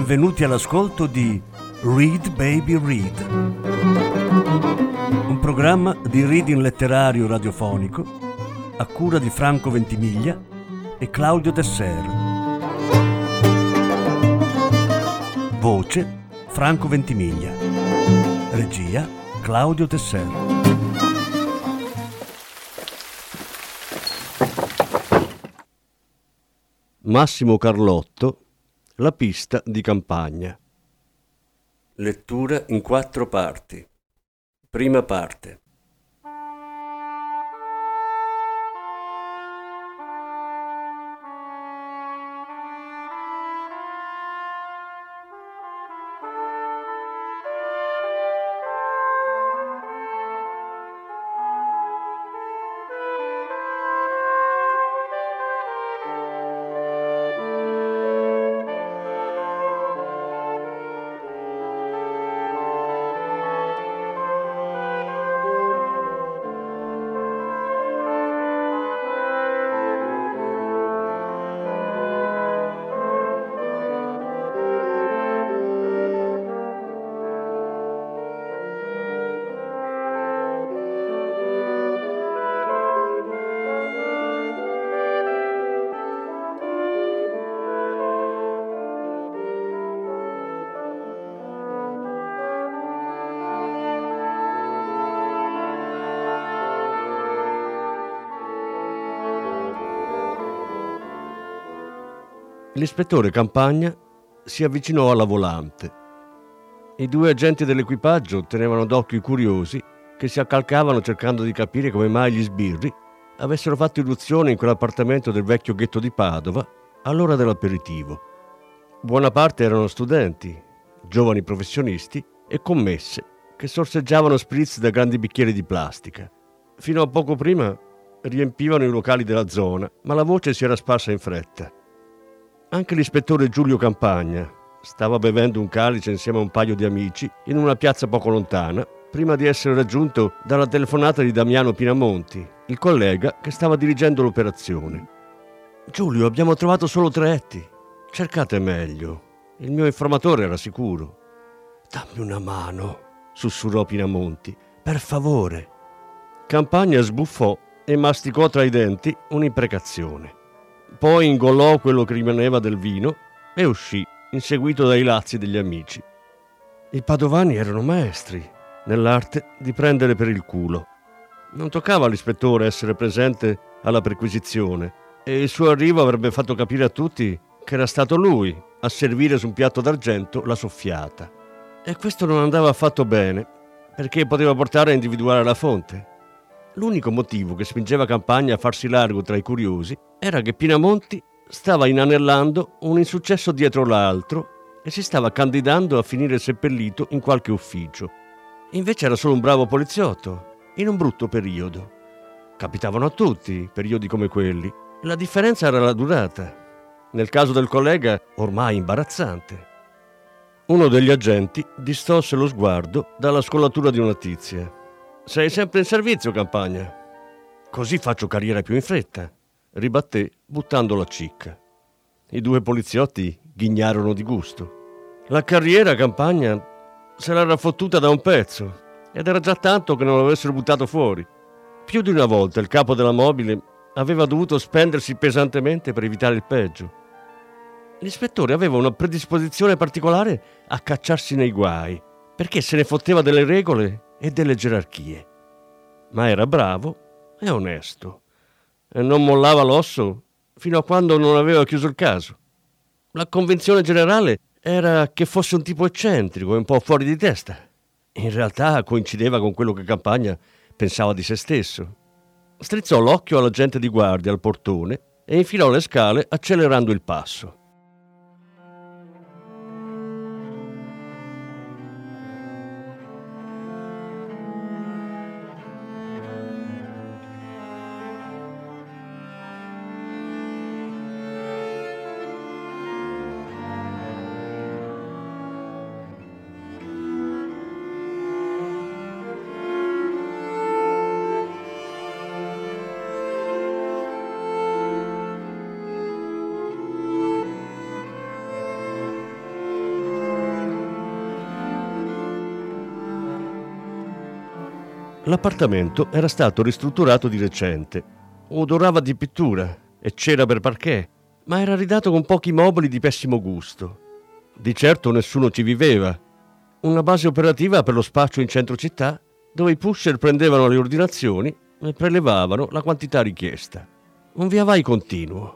Benvenuti all'ascolto di Read Baby Read, un programma di reading letterario radiofonico a cura di Franco Ventimiglia e Claudio Tesser. Voce Franco Ventimiglia. Regia Claudio Tesser. Massimo Carlotto, La pista di campagna. Lettura in 4 parti. Prima parte. L'ispettore Campagna si avvicinò alla volante. I 2 agenti dell'equipaggio tenevano d'occhio i curiosi che si accalcavano cercando di capire come mai gli sbirri avessero fatto irruzione in quell'appartamento del vecchio ghetto di Padova all'ora dell'aperitivo. Buona parte erano studenti, giovani professionisti e commesse che sorseggiavano spritz da grandi bicchieri di plastica. Fino a poco prima riempivano i locali della zona, ma la voce si era sparsa in fretta. Anche l'ispettore Giulio Campagna stava bevendo un calice insieme a un paio di amici in una piazza poco lontana, prima di essere raggiunto dalla telefonata di Damiano Pinamonti, il collega che stava dirigendo l'operazione. «Giulio, abbiamo trovato solo 3 etti. Cercate meglio. Il mio informatore era sicuro». «Dammi una mano», sussurrò Pinamonti. «Per favore». Campagna sbuffò e masticò tra i denti un'imprecazione. Poi ingollò quello che rimaneva del vino e uscì, inseguito dai lazzi degli amici. I padovani erano maestri nell'arte di prendere per il culo. Non toccava all'ispettore essere presente alla perquisizione e il suo arrivo avrebbe fatto capire a tutti che era stato lui a servire su un piatto d'argento la soffiata. E questo non andava affatto bene, perché poteva portare a individuare la fonte. L'unico motivo che spingeva Campagna a farsi largo tra i curiosi era che Pinamonti stava inanellando un insuccesso dietro l'altro e si stava candidando a finire seppellito in qualche ufficio. Invece era solo un bravo poliziotto, in un brutto periodo. Capitavano a tutti periodi come quelli. La differenza era la durata. Nel caso del collega, ormai imbarazzante. Uno degli agenti distolse lo sguardo dalla scollatura di una tizia. «Sei sempre in servizio, Campagna?» «Così faccio carriera più in fretta», ribatté buttando la cicca. I 2 poliziotti ghignarono di gusto. La carriera, Campagna, se l'era fottuta da un pezzo ed era già tanto che non l'avessero buttato fuori. Più di una volta il capo della mobile aveva dovuto spendersi pesantemente per evitare il peggio. L'ispettore aveva una predisposizione particolare a cacciarsi nei guai, perché se ne fotteva delle regole e delle gerarchie. Ma era bravo e onesto e non mollava l'osso fino a quando non aveva chiuso il caso. La convinzione generale era che fosse un tipo eccentrico e un po' fuori di testa. In realtà coincideva con quello che Campagna pensava di se stesso. Strizzò l'occhio all'agente di guardia al portone e infilò le scale accelerando il passo. L'appartamento era stato ristrutturato di recente. Odorava di pittura e cera per parquet, ma era ridato con pochi mobili di pessimo gusto. Di certo nessuno ci viveva. Una base operativa per lo spaccio in centro città, dove i pusher prendevano le ordinazioni e prelevavano la quantità richiesta. Un via vai continuo.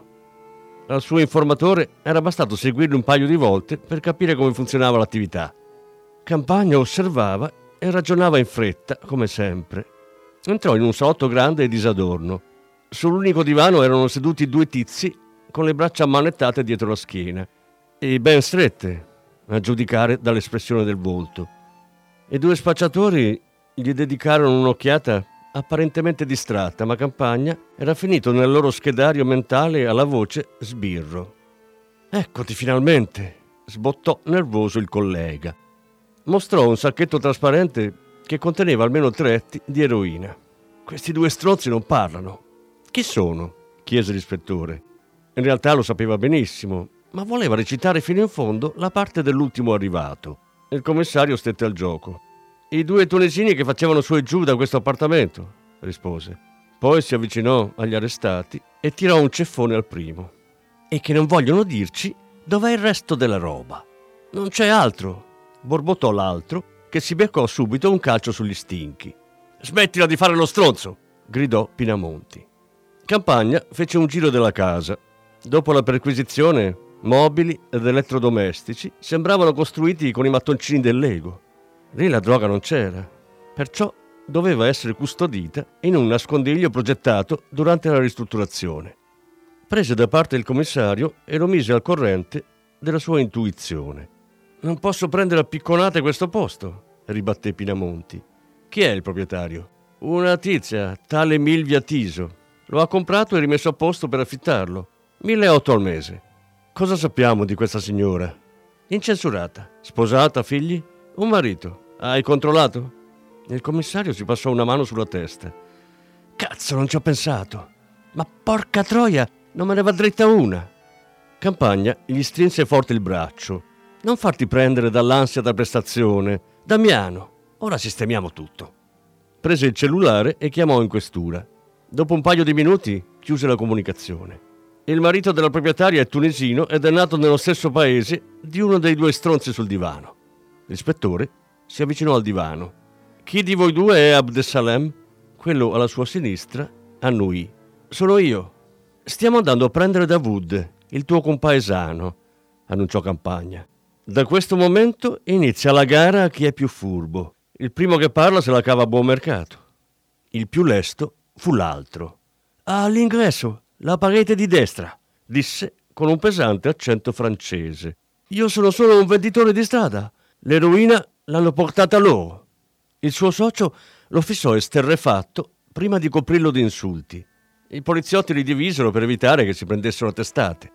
Al suo informatore era bastato seguirlo un paio di volte per capire come funzionava l'attività. Campagna osservava e ragionava in fretta, come sempre. Entrò in un salotto grande e disadorno. Sull'unico divano erano seduti due tizi con le braccia ammanettate dietro la schiena e ben strette, a giudicare dall'espressione del volto. I due spacciatori gli dedicarono un'occhiata apparentemente distratta, ma Campagna era finito nel loro schedario mentale alla voce sbirro. «Eccoti finalmente!» sbottò nervoso il collega. Mostrò un sacchetto trasparente che conteneva almeno 3 etti di eroina. «Questi due stronzi non parlano». «Chi sono?» chiese l'ispettore. In realtà lo sapeva benissimo, ma voleva recitare fino in fondo la parte dell'ultimo arrivato. Il commissario stette al gioco. «I 2 tunisini che facevano su e giù da questo appartamento», rispose. Poi si avvicinò agli arrestati e tirò un ceffone al primo. «E che non vogliono dirci dov'è il resto della roba». «Non c'è altro», borbottò l'altro, che si beccò subito un calcio sugli stinchi. «Smettila di fare lo stronzo!» gridò Pinamonti. Campagna fece un giro della casa. Dopo la perquisizione, mobili ed elettrodomestici sembravano costruiti con i mattoncini del Lego. Lì la droga non c'era, perciò doveva essere custodita in un nascondiglio progettato durante la ristrutturazione. Prese da parte il commissario e lo mise al corrente della sua intuizione. «Non posso prendere a picconate questo posto», ribatté Pinamonti. «Chi è il proprietario?» «Una tizia, tale Milvia Tiso. Lo ha comprato e rimesso a posto per affittarlo. 1.800 al mese». «Cosa sappiamo di questa signora?» «Incensurata. Sposata, figli?» «Un marito. Hai controllato?» Il commissario si passò una mano sulla testa. «Cazzo, non ci ho pensato. Ma porca troia, non me ne va dritta una». Campagna gli strinse forte il braccio. «Non farti prendere dall'ansia da prestazione. Damiano, ora sistemiamo tutto». Prese il cellulare e chiamò in questura. Dopo un paio di minuti chiuse la comunicazione. Il marito della proprietaria è tunisino ed è nato nello stesso paese di uno dei 2 stronzi sul divano. L'ispettore si avvicinò al divano. «Chi di voi 2 è Abdesalem?» Quello alla sua sinistra annuì. «Sono io. Stiamo andando a prendere Dawood, il tuo compaesano», annunciò Campagna. «Da questo momento inizia la gara a chi è più furbo. Il primo che parla se la cava a buon mercato». Il più lesto fu l'altro. «All'ingresso, la parete di destra», disse con un pesante accento francese. «Io sono solo un venditore di strada. L'eroina l'hanno portata loro». Il suo socio lo fissò esterrefatto prima di coprirlo di insulti. I poliziotti li divisero per evitare che si prendessero a testate.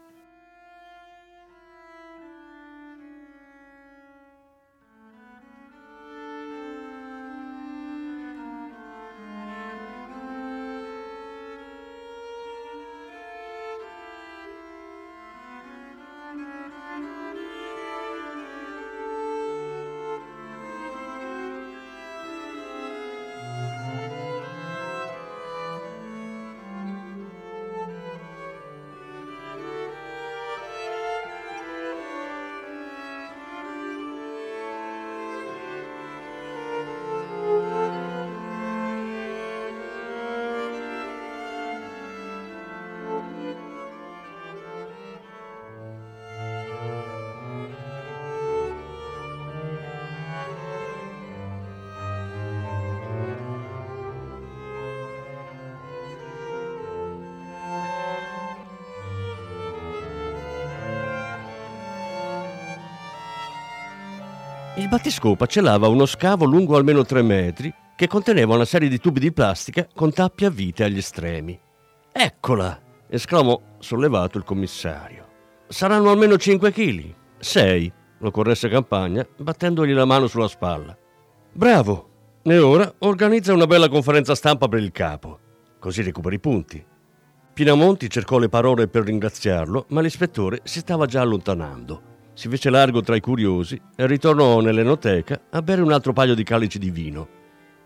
Il battiscopa celava uno scavo lungo almeno 3 metri che conteneva una serie di tubi di plastica con tappi a vite agli estremi. «Eccola!» esclamò sollevato il commissario. «Saranno almeno 5 chili. 6, lo corresse Campagna, battendogli la mano sulla spalla. «Bravo! E ora organizza una bella conferenza stampa per il capo, così recuperi punti». Pinamonti cercò le parole per ringraziarlo, ma l'ispettore si stava già allontanando. Si fece largo tra i curiosi e ritornò nell'enoteca a bere un altro paio di calici di vino.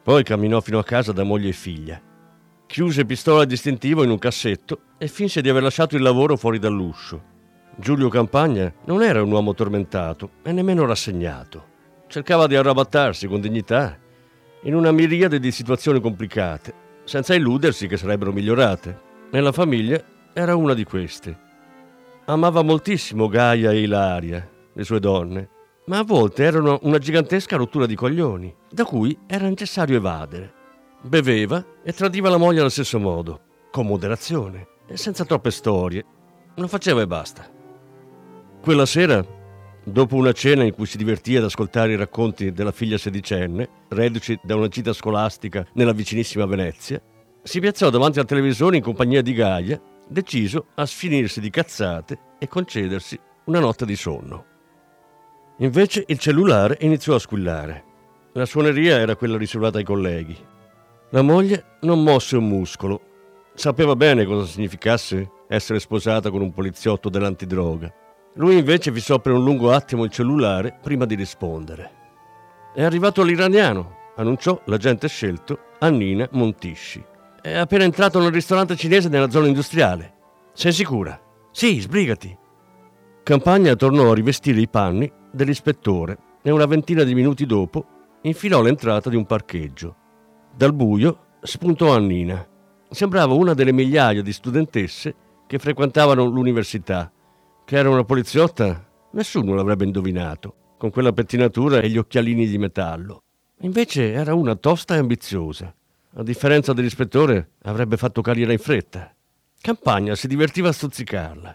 Poi camminò fino a casa da moglie e figlia. Chiuse pistola e distintivo in un cassetto e finse di aver lasciato il lavoro fuori dall'uscio. Giulio Campagna non era un uomo tormentato e nemmeno rassegnato. Cercava di arrabattarsi con dignità in una miriade di situazioni complicate, senza illudersi che sarebbero migliorate. Nella famiglia era una di queste. Amava moltissimo Gaia e Ilaria, le sue donne, ma a volte erano una gigantesca rottura di coglioni, da cui era necessario evadere. Beveva e tradiva la moglie allo stesso modo, con moderazione e senza troppe storie. Lo faceva e basta. Quella sera, dopo una cena in cui si divertì ad ascoltare i racconti della figlia sedicenne, reduci da una gita scolastica nella vicinissima Venezia, si piazzò davanti al televisore in compagnia di Gaia, deciso a sfinirsi di cazzate e concedersi una notte di sonno. Invece il cellulare iniziò a squillare. La suoneria era quella riservata ai colleghi. La moglie non mosse un muscolo. Sapeva bene cosa significasse essere sposata con un poliziotto dell'antidroga. Lui invece fissò per un lungo attimo il cellulare prima di rispondere. «È arrivato l'iraniano», annunciò l'agente scelto Annina Montisci. «È appena entrato nel ristorante cinese nella zona industriale. Sei sicura?» «Sì, sbrigati». Campagna tornò a rivestire i panni dell'ispettore e una ventina di minuti dopo infilò l'entrata di un parcheggio. Dal buio spuntò Annina. Sembrava una delle migliaia di studentesse che frequentavano l'università. Che era una poliziotta, nessuno l'avrebbe indovinato, con quella pettinatura e gli occhialini di metallo. Invece era una tosta e ambiziosa. A differenza dell'ispettore, avrebbe fatto carriera in fretta. Campagna si divertiva a stuzzicarla.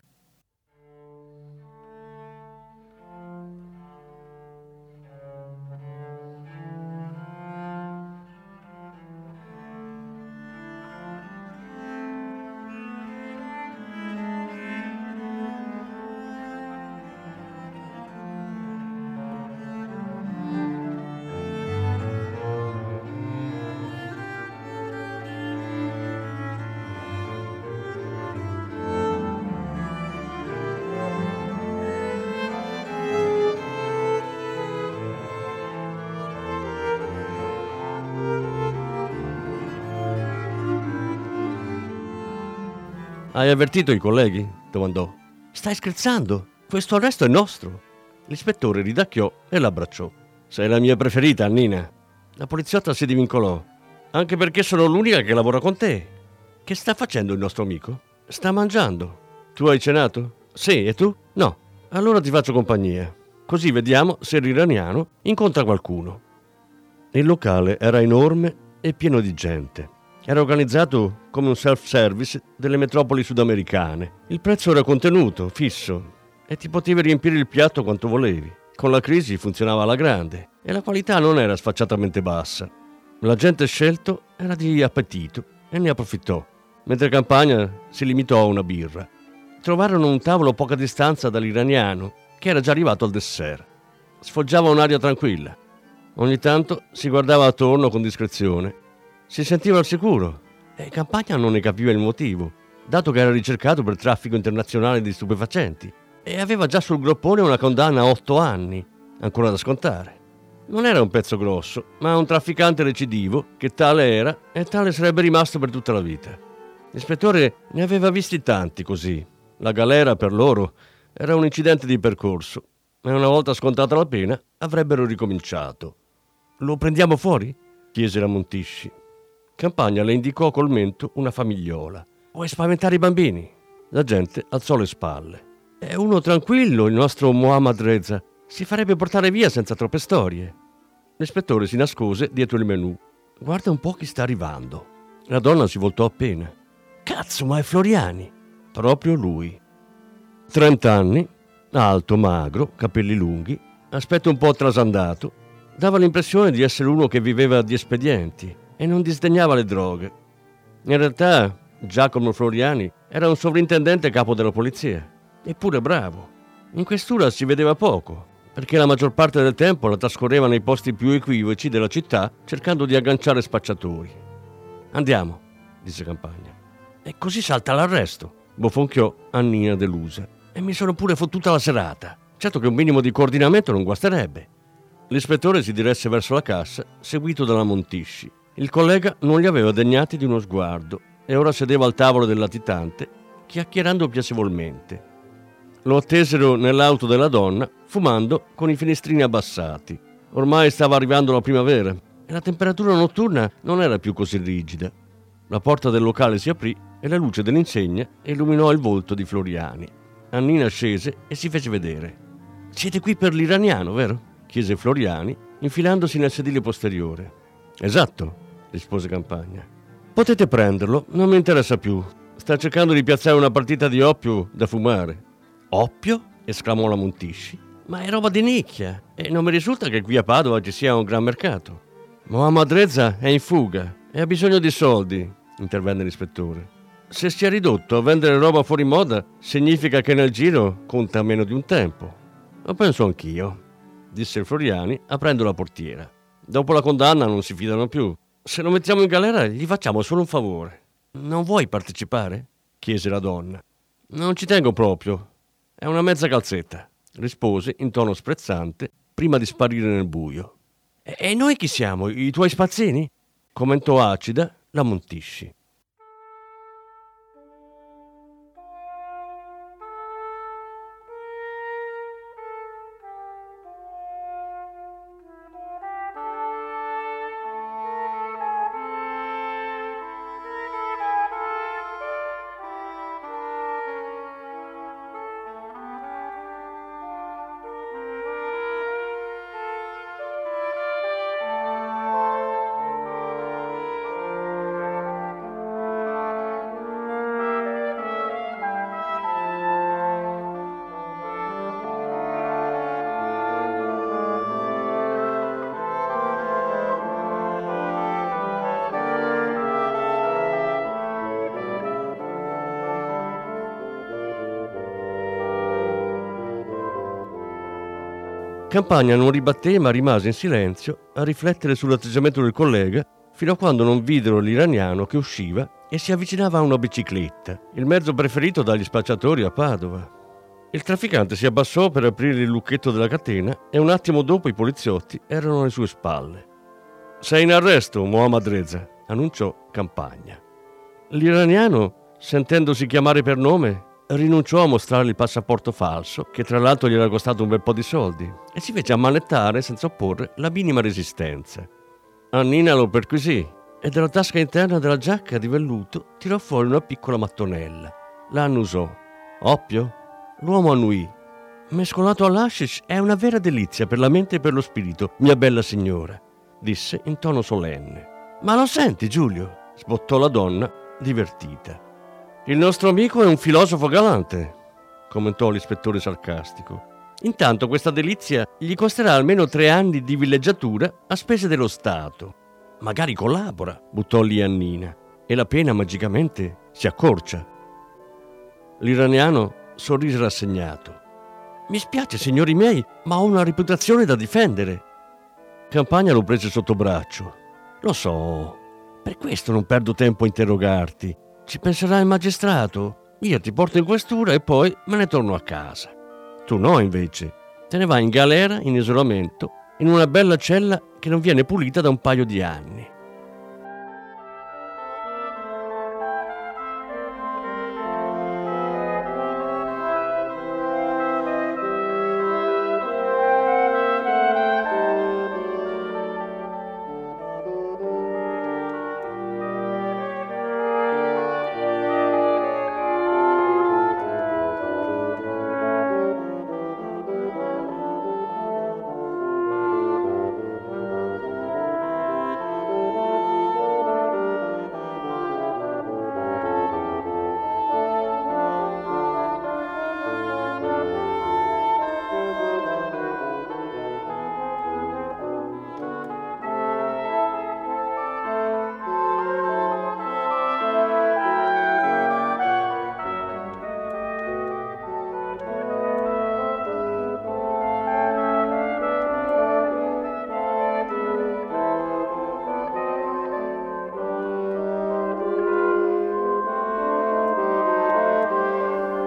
«Hai avvertito i colleghi?» domandò. «Stai scherzando? Questo arresto è nostro!» L'ispettore ridacchiò e l'abbracciò. «Sei la mia preferita, Annina!» La poliziotta si divincolò. «Anche perché sono l'unica che lavora con te!» «Che sta facendo il nostro amico?» «Sta mangiando!» «Tu hai cenato?» «Sì, e tu?» «No!» «Allora ti faccio compagnia. Così vediamo se l'iraniano incontra qualcuno.» Il locale era enorme e pieno di gente. Era organizzato come un self-service delle metropoli sudamericane. Il prezzo era contenuto, fisso, e ti potevi riempire il piatto quanto volevi. Con la crisi funzionava alla grande e la qualità non era sfacciatamente bassa. L'agente scelto era di appetito e ne approfittò, mentre Campagna si limitò a una birra. Trovarono un tavolo a poca distanza dall'iraniano, che era già arrivato al dessert. Sfoggiava un'aria tranquilla. Ogni tanto si guardava attorno con discrezione. Si sentiva al sicuro e Campagna non ne capiva il motivo, dato che era ricercato per traffico internazionale di stupefacenti e aveva già sul groppone una condanna a 8 anni, ancora da scontare. Non era un pezzo grosso, ma un trafficante recidivo che tale era e tale sarebbe rimasto per tutta la vita. L'ispettore ne aveva visti tanti così. La galera per loro era un incidente di percorso e una volta scontata la pena avrebbero ricominciato. «Lo prendiamo fuori?» chiese la Montisci. Campagna le indicò col mento una famigliola. «Vuoi spaventare i bambini?» La gente alzò le spalle. «È uno tranquillo, il nostro Mohammad Reza. Si farebbe portare via senza troppe storie.» L'ispettore si nascose dietro il menù. «Guarda un po' chi sta arrivando.» La donna si voltò appena. «Cazzo, ma è Floriani!» Proprio lui. 30 anni, alto, magro, capelli lunghi, aspetto un po' trasandato, dava l'impressione di essere uno che viveva di espedienti e non disdegnava le droghe. In realtà Giacomo Floriani era un sovrintendente capo della polizia, eppure bravo. In questura si vedeva poco, perché la maggior parte del tempo la trascorreva nei posti più equivoci della città cercando di agganciare spacciatori. «Andiamo», disse Campagna. «E così salta l'arresto», bofonchiò Annina delusa. «E mi sono pure fottuta la serata. Certo che un minimo di coordinamento non guasterebbe.» L'ispettore si diresse verso la cassa, seguito dalla Montisci. Il collega non li aveva degnati di uno sguardo e ora sedeva al tavolo del latitante, chiacchierando piacevolmente. Lo attesero nell'auto della donna, fumando con i finestrini abbassati. Ormai stava arrivando la primavera e la temperatura notturna non era più così rigida. La porta del locale si aprì e la luce dell'insegna illuminò il volto di Floriani. Annina scese e si fece vedere. «Siete qui per l'iraniano, vero?» chiese Floriani, infilandosi nel sedile posteriore. «Esatto», rispose Campagna. «Potete prenderlo, non mi interessa più. Sta cercando di piazzare una partita di oppio da fumare». «Oppio?» esclamò la Montisci. «Ma è roba di nicchia e non mi risulta che qui a Padova ci sia un gran mercato». «Mohammad Reza è in fuga e ha bisogno di soldi», intervenne l'ispettore. «Se si è ridotto a vendere roba fuori moda, significa che nel giro conta meno di un tempo». «Lo penso anch'io», disse Floriani aprendo la portiera. «Dopo la condanna non si fidano più. Se lo mettiamo in galera gli facciamo solo un favore». «Non vuoi partecipare?» chiese la donna. «Non ci tengo proprio. È una mezza calzetta», rispose in tono sprezzante prima di sparire nel buio. «E noi chi siamo? I tuoi spazzini?» commentò acida la Montisci. Campagna non ribatté ma rimase in silenzio a riflettere sull'atteggiamento del collega fino a quando non videro l'iraniano che usciva e si avvicinava a una bicicletta, il mezzo preferito dagli spacciatori a Padova. Il trafficante si abbassò per aprire il lucchetto della catena e un attimo dopo i poliziotti erano alle sue spalle. «Sei in arresto, Mohammad Reza», annunciò Campagna. L'iraniano, sentendosi chiamare per nome, rinunciò a mostrare il passaporto falso, che tra l'altro gli era costato un bel po' di soldi, e si fece ammanettare senza opporre la minima resistenza. Annina lo perquisì e dalla tasca interna della giacca di velluto tirò fuori una piccola mattonella. La annusò. «Oppio?» L'uomo annuì. «Mescolato all'hashish è una vera delizia per la mente e per lo spirito, mia bella signora», disse in tono solenne. «Ma lo senti, Giulio?» sbottò la donna, divertita. «Il nostro amico è un filosofo galante», commentò l'ispettore sarcastico. «Intanto questa delizia gli costerà almeno 3 anni di villeggiatura a spese dello Stato. Magari collabora», buttò lì Annina, «e la pena magicamente si accorcia». L'iraniano sorrise rassegnato. «Mi spiace, signori miei, ma ho una reputazione da difendere». Campagna lo prese sotto braccio. «Lo so, per questo non perdo tempo a interrogarti. Ci penserà il magistrato. Io ti porto in questura e poi me ne torno a casa. Tu no, invece. Te ne vai in galera, in isolamento, in una bella cella che non viene pulita da un paio di anni».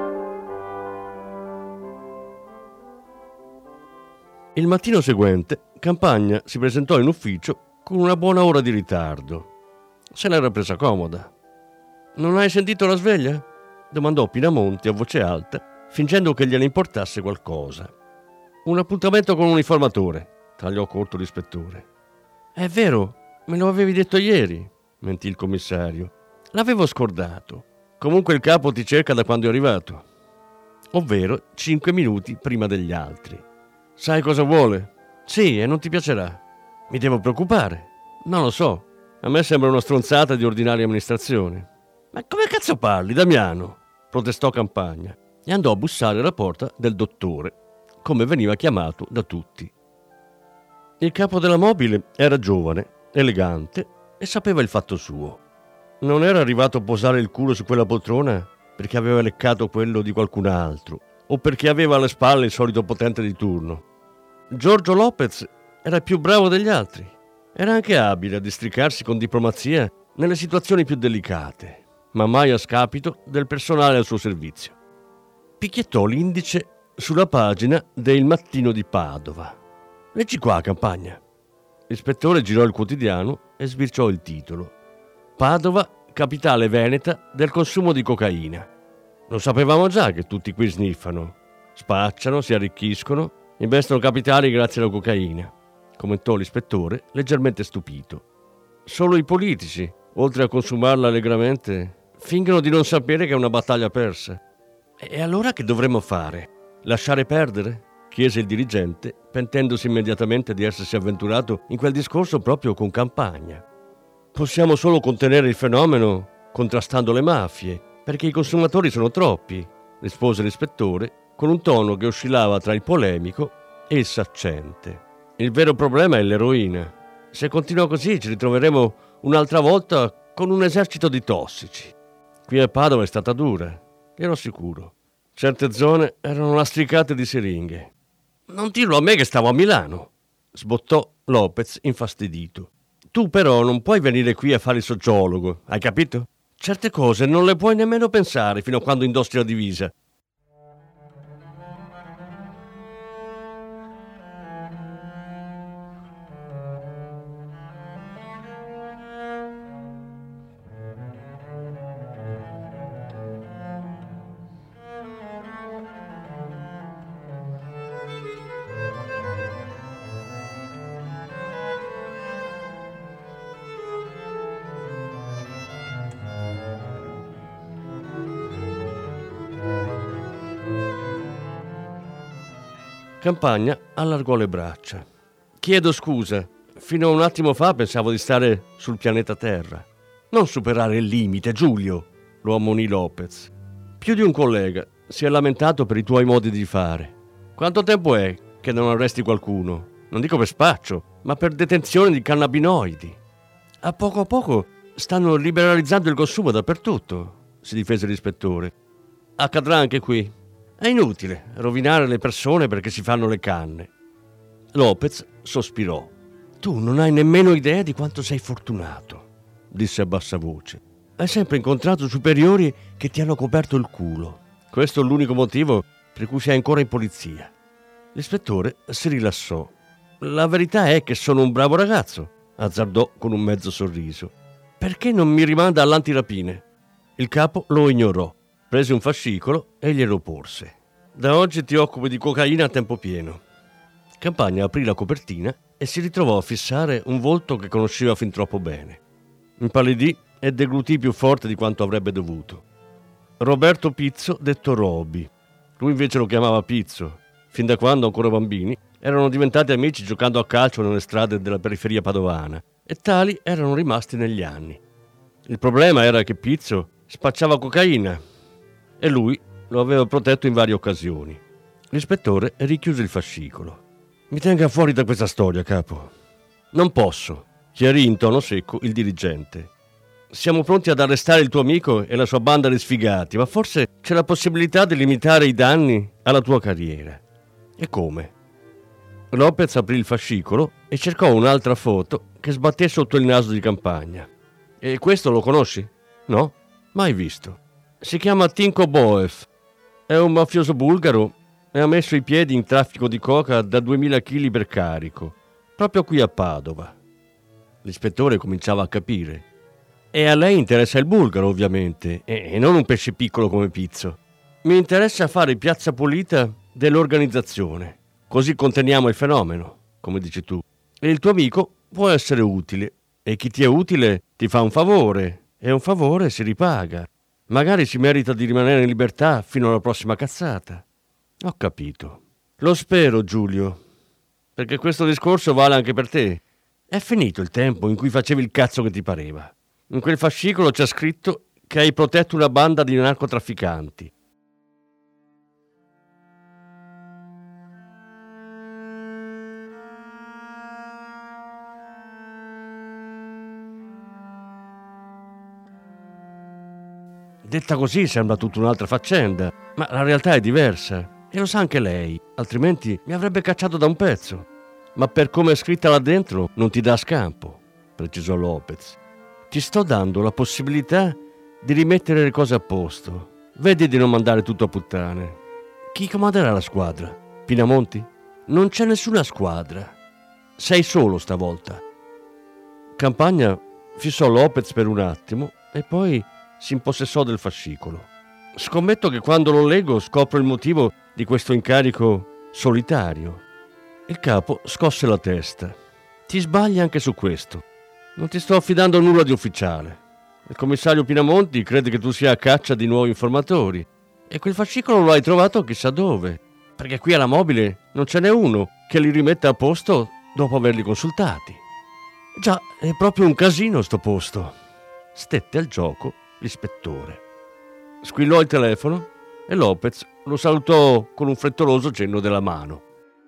Il mattino seguente Campagna si presentò in ufficio con una buona ora di ritardo. Se l'era presa comoda. «Non hai sentito la sveglia?» domandò Pinamonti a voce alta, fingendo che gliene importasse qualcosa. «Un appuntamento con un informatore», tagliò corto l'ispettore. «È vero, me lo avevi detto ieri», mentì il commissario. «L'avevo scordato. Comunque il capo ti cerca da quando è arrivato». Ovvero 5 minuti prima degli altri. «Sai cosa vuole?» «Sì, e non ti piacerà». «Mi devo preoccupare?» «Non lo so. A me sembra una stronzata di ordinaria amministrazione». «Ma come cazzo parli, Damiano?» protestò Campagna e andò a bussare alla porta del dottore, come veniva chiamato da tutti. Il capo della mobile era giovane, elegante e sapeva il fatto suo. Non era arrivato a posare il culo su quella poltrona perché aveva leccato quello di qualcun altro o perché aveva alle spalle il solito potente di turno. Giorgio Lopez era più bravo degli altri. Era anche abile a districarsi con diplomazia nelle situazioni più delicate, ma mai a scapito del personale al suo servizio. Picchiettò l'indice sulla pagina del Mattino di Padova. «Leggi qua, Campagna». L'ispettore girò il quotidiano e sbirciò il titolo. «Padova, capitale veneta del consumo di cocaina». Lo sapevamo già che tutti qui sniffano. Spacciano, si arricchiscono, investono capitali grazie alla cocaina, commentò l'ispettore, leggermente stupito. Solo i politici, oltre a consumarla allegramente, fingono di non sapere che è una battaglia persa. E allora che dovremmo fare? Lasciare perdere? Chiese il dirigente, pentendosi immediatamente di essersi avventurato in quel discorso proprio con Campagna. Possiamo solo contenere il fenomeno contrastando le mafie, perché i consumatori sono troppi, rispose l'ispettore con un tono che oscillava tra il polemico e il saccente. Il vero problema è l'eroina. Se continua così ci ritroveremo un'altra volta con un esercito di tossici. Qui a Padova è stata dura, ero sicuro. Certe zone erano lastricate di siringhe. «Non dirlo a me che stavo a Milano», sbottò Lopez infastidito. «Tu però non puoi venire qui a fare il sociologo, hai capito? Certe cose non le puoi nemmeno pensare fino a quando indossi la divisa». Campagna allargò le braccia. «Chiedo scusa. Fino a un attimo fa pensavo di stare sul pianeta Terra». «Non superare il limite, Giulio», lo ammonì Lopez. «Più di un collega si è lamentato per i tuoi modi di fare. Quanto tempo è che non arresti qualcuno? Non dico per spaccio, ma per detenzione di cannabinoidi. A poco stanno liberalizzando il consumo dappertutto», si difese l'ispettore. «Accadrà anche qui. È inutile rovinare le persone perché si fanno le canne». Lopez sospirò. «Tu non hai nemmeno idea di quanto sei fortunato», disse a bassa voce. «Hai sempre incontrato superiori che ti hanno coperto il culo. Questo è l'unico motivo per cui sei ancora in polizia». L'ispettore si rilassò. «La verità è che sono un bravo ragazzo», azzardò con un mezzo sorriso. «Perché non mi rimanda all'antirapine?» Il capo lo ignorò. Prese un fascicolo e glielo porse. «Da oggi ti occupi di cocaina a tempo pieno». Campagna aprì la copertina e si ritrovò a fissare un volto che conosceva fin troppo bene. Impallidì e deglutì più forte di quanto avrebbe dovuto. Roberto Pizzo, detto Roby. Lui invece lo chiamava Pizzo. Fin da quando, ancora bambini, erano diventati amici giocando a calcio nelle strade della periferia padovana e tali erano rimasti negli anni. Il problema era che Pizzo spacciava cocaina e lui lo aveva protetto in varie occasioni. L'ispettore richiuse il fascicolo. «Mi tenga fuori da questa storia, capo». «Non posso», chiarì in tono secco il dirigente. «Siamo pronti ad arrestare il tuo amico e la sua banda di sfigati, ma forse c'è la possibilità di limitare i danni alla tua carriera». «E come?» Lopez aprì il fascicolo e cercò un'altra foto che sbatté sotto il naso di Campagna. «E questo lo conosci?» «No, mai visto». «Si chiama Tinko Boev. È un mafioso bulgaro e ha messo i piedi in traffico di coca da 2000 kg per carico. proprio qui a Padova. L'ispettore cominciava a capire. E a lei interessa il bulgaro, ovviamente, e non un pesce piccolo come Pizzo. Mi interessa fare piazza pulita dell'organizzazione, così conteniamo il fenomeno, come dici tu. E il tuo amico può essere utile, e chi ti è utile ti fa un favore, e un favore si ripaga. Magari si merita di rimanere in libertà fino alla prossima cazzata. Ho capito. Lo spero, Giulio, perché questo discorso vale anche per te. È finito il tempo in cui facevi il cazzo che ti pareva. In quel fascicolo c'è scritto che hai protetto una banda di narcotrafficanti. Detta così sembra tutta un'altra faccenda, ma la realtà è diversa. E lo sa anche lei, altrimenti mi avrebbe cacciato da un pezzo. Ma per come è scritta là dentro non ti dà scampo, precisò Lopez. Ti sto dando la possibilità di rimettere le cose a posto. Vedi di non mandare tutto a puttane. Chi comanderà la squadra? Pinamonti? Non c'è nessuna squadra. Sei solo stavolta. Campagna fissò Lopez per un attimo e poi si impossessò del fascicolo. Scommetto che quando lo leggo scopro il motivo di questo incarico solitario. Il capo scosse la testa. Ti sbagli anche su questo. Non ti sto affidando nulla di ufficiale. Il commissario Pinamonti crede che tu sia a caccia di nuovi informatori e quel fascicolo lo hai trovato chissà dove, perché qui alla Mobile non ce n'è uno che li rimetta a posto dopo averli consultati. Già, è proprio un casino sto posto. Stette al gioco l'ispettore. Squillò il telefono e Lopez lo salutò con un frettoloso cenno della mano.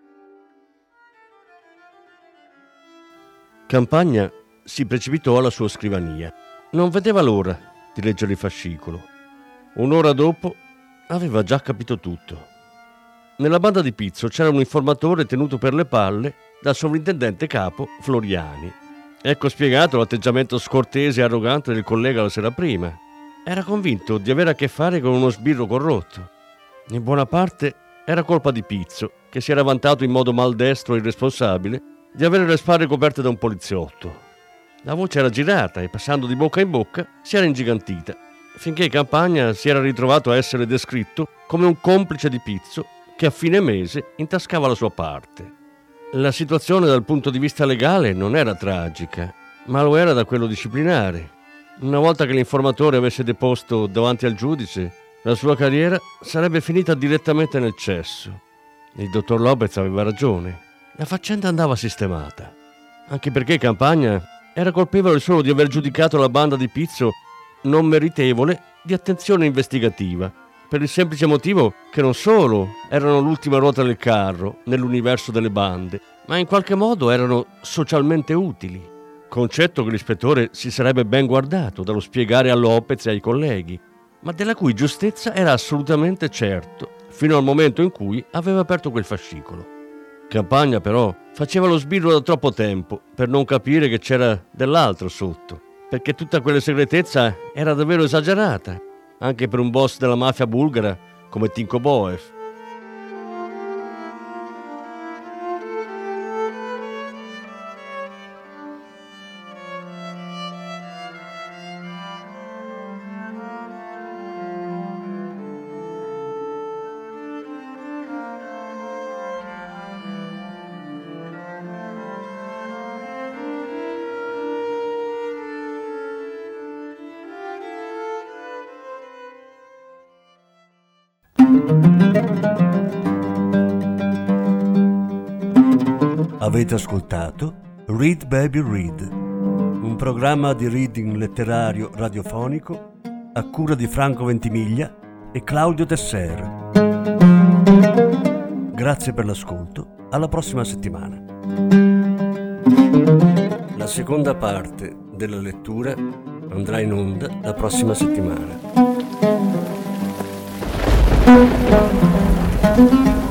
Campagna si precipitò alla sua scrivania. Non vedeva l'ora di leggere il fascicolo. Un'ora dopo aveva già capito tutto. Nella banda di Pizzo c'era un informatore tenuto per le palle dal sovrintendente capo Floriani. Ecco spiegato l'atteggiamento scortese e arrogante del collega la sera prima. Era convinto di avere a che fare con uno sbirro corrotto. In buona parte era colpa di Pizzo, che si era vantato in modo maldestro e irresponsabile di avere le spalle coperte da un poliziotto. La voce era girata e passando di bocca in bocca si era ingigantita, finché Campagna si era ritrovato a essere descritto come un complice di Pizzo che a fine mese intascava la sua parte. La situazione dal punto di vista legale non era tragica, ma lo era da quello disciplinare. Una volta che l'informatore avesse deposto davanti al giudice, la sua carriera sarebbe finita direttamente nel cesso. Il dottor Lopez aveva ragione. La faccenda andava sistemata, anche perché Campagna era colpevole solo di aver giudicato la banda di Pizzo non meritevole di attenzione investigativa, per il semplice motivo che non solo erano l'ultima ruota del carro nell'universo delle bande, ma in qualche modo erano socialmente utili. Concetto che l'ispettore si sarebbe ben guardato dallo spiegare a Lopez e ai colleghi, ma della cui giustezza era assolutamente certo fino al momento in cui aveva aperto quel fascicolo. Campagna però faceva lo sbirro da troppo tempo per non capire che c'era dell'altro sotto, perché tutta quella segretezza era davvero esagerata, anche per un boss della mafia bulgara come Tinko Boev. Avete ascoltato Read Baby Read, un programma di reading letterario radiofonico a cura di Franco Ventimiglia e Claudio Tesser. Grazie per l'ascolto, alla prossima settimana. La seconda parte della lettura andrà in onda la prossima settimana.